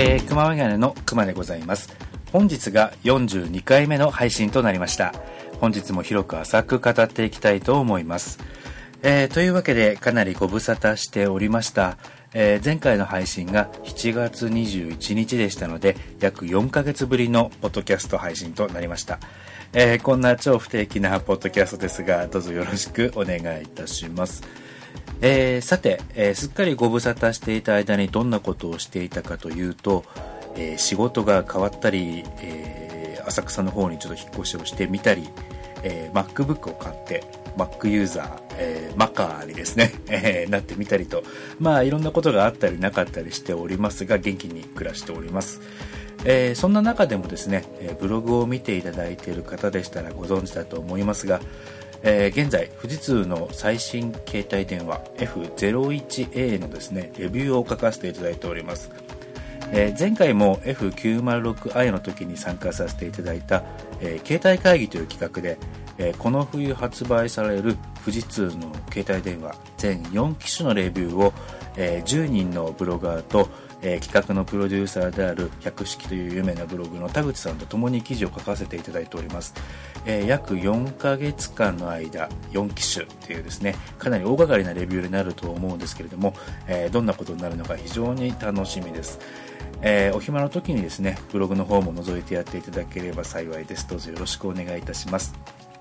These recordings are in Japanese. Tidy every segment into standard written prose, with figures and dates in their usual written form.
熊メガネの熊でございます。本日が42回目の配信となりました。本日も広く浅く語っていきたいと思います。というわけでかなりご無沙汰しておりました。前回の配信が7月21日でしたので、約4ヶ月ぶりのポッドキャスト配信となりました。こんな超不定期なポッドキャストですが、どうぞよろしくお願いいたします。さて、すっかりご無沙汰していた間にどんなことをしていたかというと、仕事が変わったり、浅草の方にちょっと引っ越しをしてみたり、MacBook を買って Mac ユーザー、マカーにですね、なってみたりと、いろんなことがあったりなかったりしておりますが、元気に暮らしております。そんな中でもですね、ブログを見ていただいている方でしたらご存知だと思いますが、現在富士通の最新携帯電話 F01A のですねレビューを書かせていただいております。前回も F906i の時に参加させていただいた、携帯会議という企画で、この冬発売される富士通の携帯電話全4機種のレビューを、10人のブロガーと、企画のプロデューサーである百式という有名なブログの田口さんと共に記事を書かせていただいております。約4ヶ月間の間4機種というですね、かなり大掛かりなレビューになると思うんですけれども、どんなことになるのか非常に楽しみです。お暇の時にですねブログの方も覗いてやっていただければ幸いです。どうぞよろしくお願いいたします。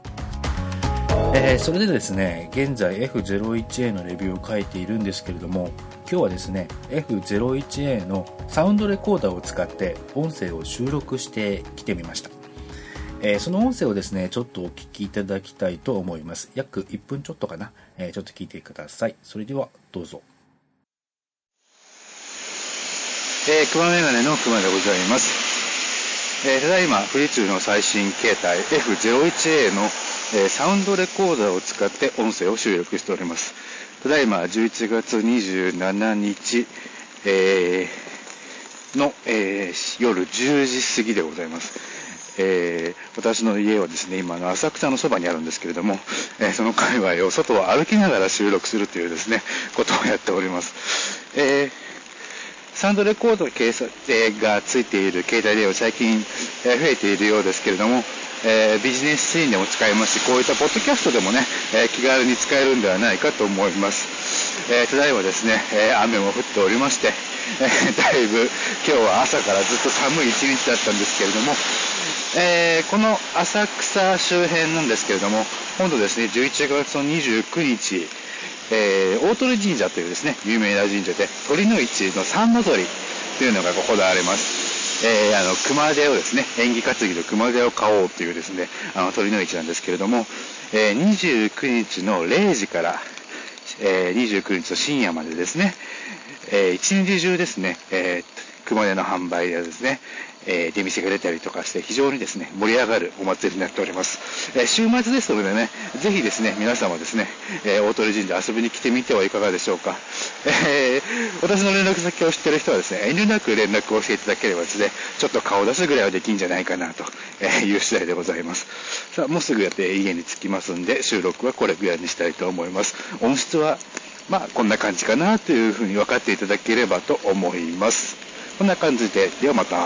それでですね、現在 F01A のレビューを書いているんですけれども、今日はですね F01A のサウンドレコーダーを使って音声を収録してきてみました。その音声をですねちょっとお聞きいただきたいと思います。約1分ちょっとかな、ちょっと聞いてください。それではどうぞ。 熊メガネの熊でございます。ただいま富士通の最新携帯 F01A の、サウンドレコーダーを使って音声を収録しております。ただいま11月27日、の、夜10時過ぎでございます。私の家はですね今の浅草のそばにあるんですけれども、その界隈を外を歩きながら収録するというですねことをやっております。サウンドレコードがついている携帯電話最近、増えているようですけれども、ビジネスシーンでも使えますし、こういったポッドキャストでもね、気軽に使えるんではないかと思います。ただいまですね、雨も降っておりまして、だいぶ今日は朝からずっと寒い一日だったんですけれども、この浅草周辺なんですけれども、今度ですね11月の29日大鳥神社というですね有名な神社で鳥の市の三の鳥というのが行われます。熊手をですね縁起担ぎの熊手を買おうというですね鳥の市なんですけれども、29日の0時から、29日の深夜までですね、一日中ですね、熊手の販売やですね、出店が出たりとかして非常にですね盛り上がるお祭りになっております。週末ですのでね、ぜひですね皆様ですね、大鳥神社遊びに来てみてはいかがでしょうか。私の連絡先を知っている人はですね遠慮なく連絡をしていただければですねちょっと顔を出すぐらいはできんじゃないかなという次第でございます。さあもうすぐやって家に着きますんで、収録はこれぐらいにしたいと思います。音質はこんな感じかなというふうに分かっていただければと思います。こんな感じで、ではまた。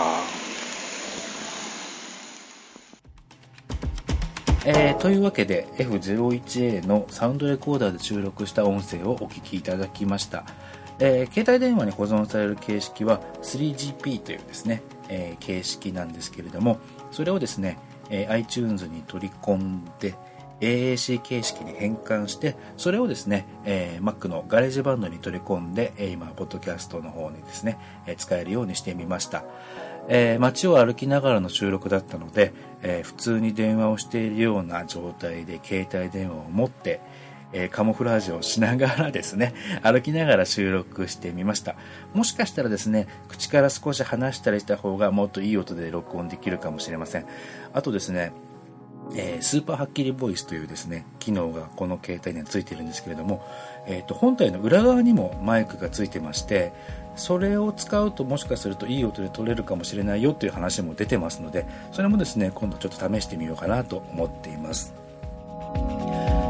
というわけで F01A のサウンドレコーダーで収録した音声をお聞きいただきました。携帯電話に保存される形式は 3GP というですね、形式なんですけれども、それをですね、iTunes に取り込んで AAC 形式に変換して、それをですね、Mac のガレージバンドに取り込んで、今ポッドキャストの方にですね、使えるようにしてみました。街を歩きながらの収録だったので、普通に電話をしているような状態で携帯電話を持って、カモフラージュをしながらですね歩きながら収録してみました。もしかしたらですね口から少し話したりした方がもっといい音で録音できるかもしれません。あとですねスーパーはっきりボイスというですね機能がこの携帯にはついているんですけれども、本体の裏側にもマイクがついてまして、それを使うともしかするといい音で撮れるかもしれないよという話も出てますので、それもですね今度ちょっと試してみようかなと思っています。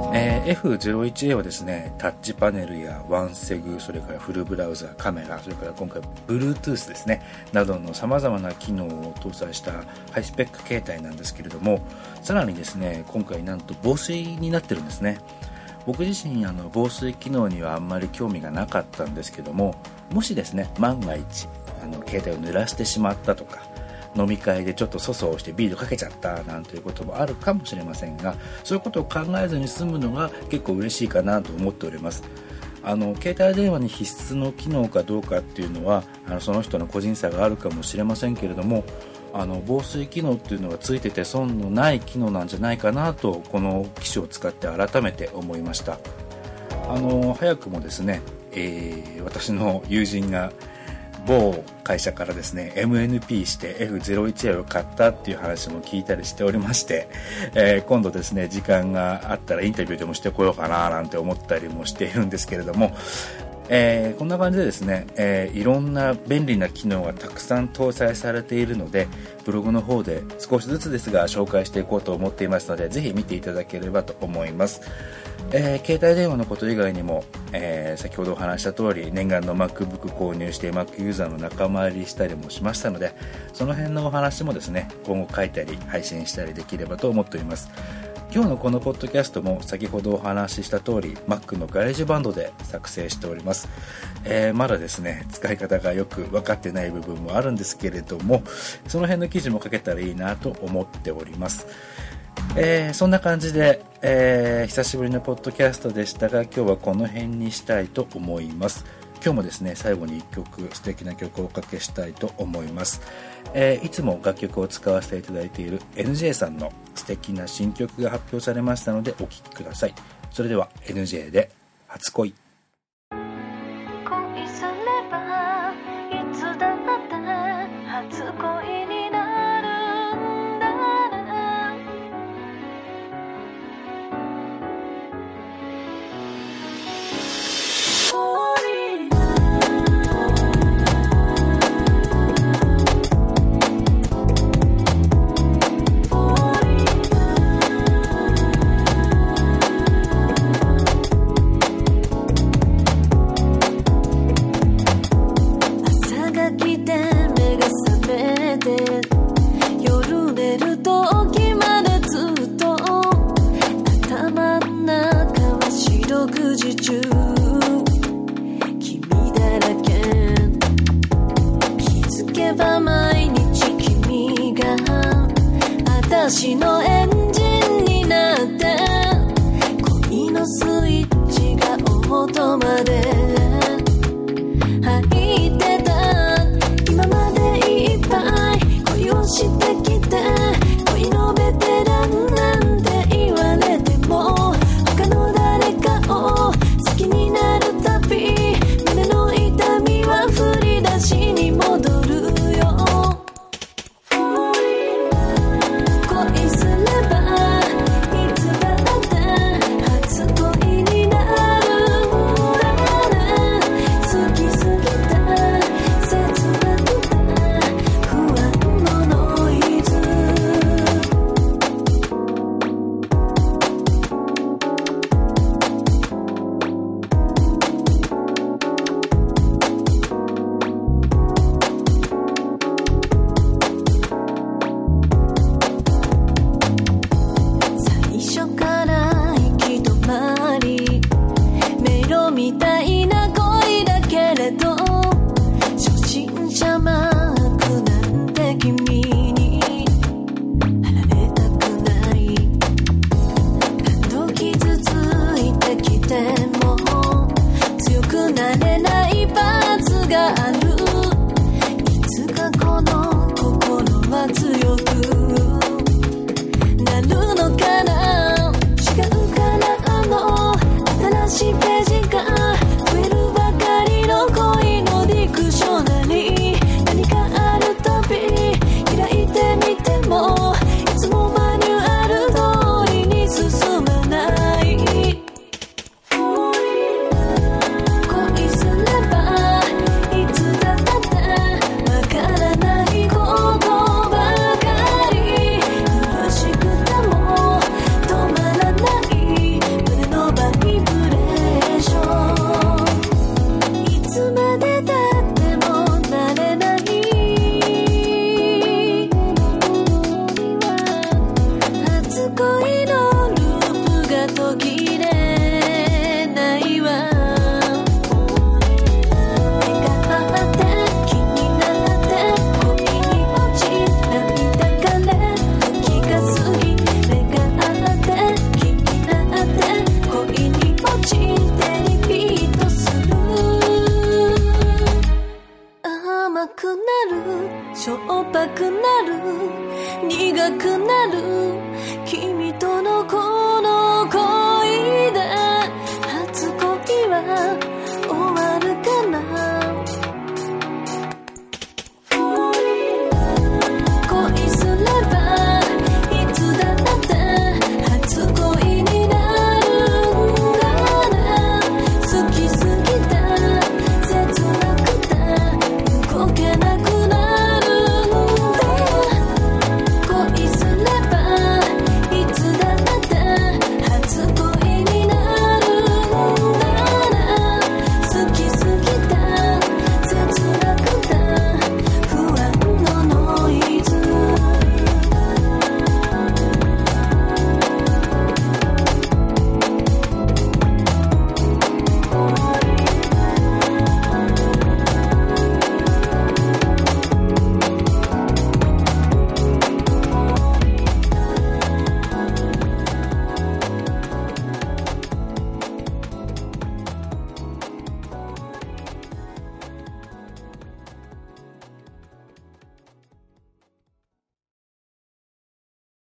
F01A はですね、タッチパネルやワンセグ、それからフルブラウザ、カメラ、それから今回 Bluetooth ですねなどの様々な機能を搭載したハイスペック携帯なんですけれども、さらにですね今回なんと防水になってるんですね。僕自身防水機能にはあんまり興味がなかったんですけども、もしですね万が一携帯を濡らしてしまったとか、飲み会でちょっと粗相をしてビールかけちゃったなんていうこともあるかもしれませんが、そういうことを考えずに済むのが結構嬉しいかなと思っております。携帯電話に必須の機能かどうかっていうのはその人の個人差があるかもしれませんけれども、防水機能っていうのがついてて損のない機能なんじゃないかなと、この機種を使って改めて思いました。早くもですね、私の友人が某会社からですね MNP して F01A を買ったっていう話も聞いたりしておりまして、今度ですね時間があったらインタビューでもしてこようかななんて思ったりもしているんですけれども、こんな感じでですね、いろんな便利な機能がたくさん搭載されているので、ブログの方で少しずつですが紹介していこうと思っていますので、ぜひ見ていただければと思います。携帯電話のこと以外にも、先ほどお話した通り念願の MacBook 購入して Mac ユーザーの仲間入りしたりもしましたので、その辺のお話もですね今後書いたり配信したりできればと思っております。今日のこのポッドキャストも先ほどお話しした通り Mac のガレージバンドで作成しております。まだですね使い方がよく分かってない部分もあるんですけれども、その辺の記事も書けたらいいなと思っております。そんな感じで、久しぶりのポッドキャストでしたが、今日はこの辺にしたいと思います。今日もですね最後に1曲素敵な曲をおかけしたいと思います。いつも楽曲を使わせていただいている NJ さんの素敵な新曲が発表されましたのでお聴きください。それでは NJ で初恋。 恋すればいつだって初恋になるんだな。朝が来て目が覚めて、夜寝る時までずっと頭の中は四六時中君だらけ。気づけば毎日君が私のエンジンになって、恋のスイッチがオートマで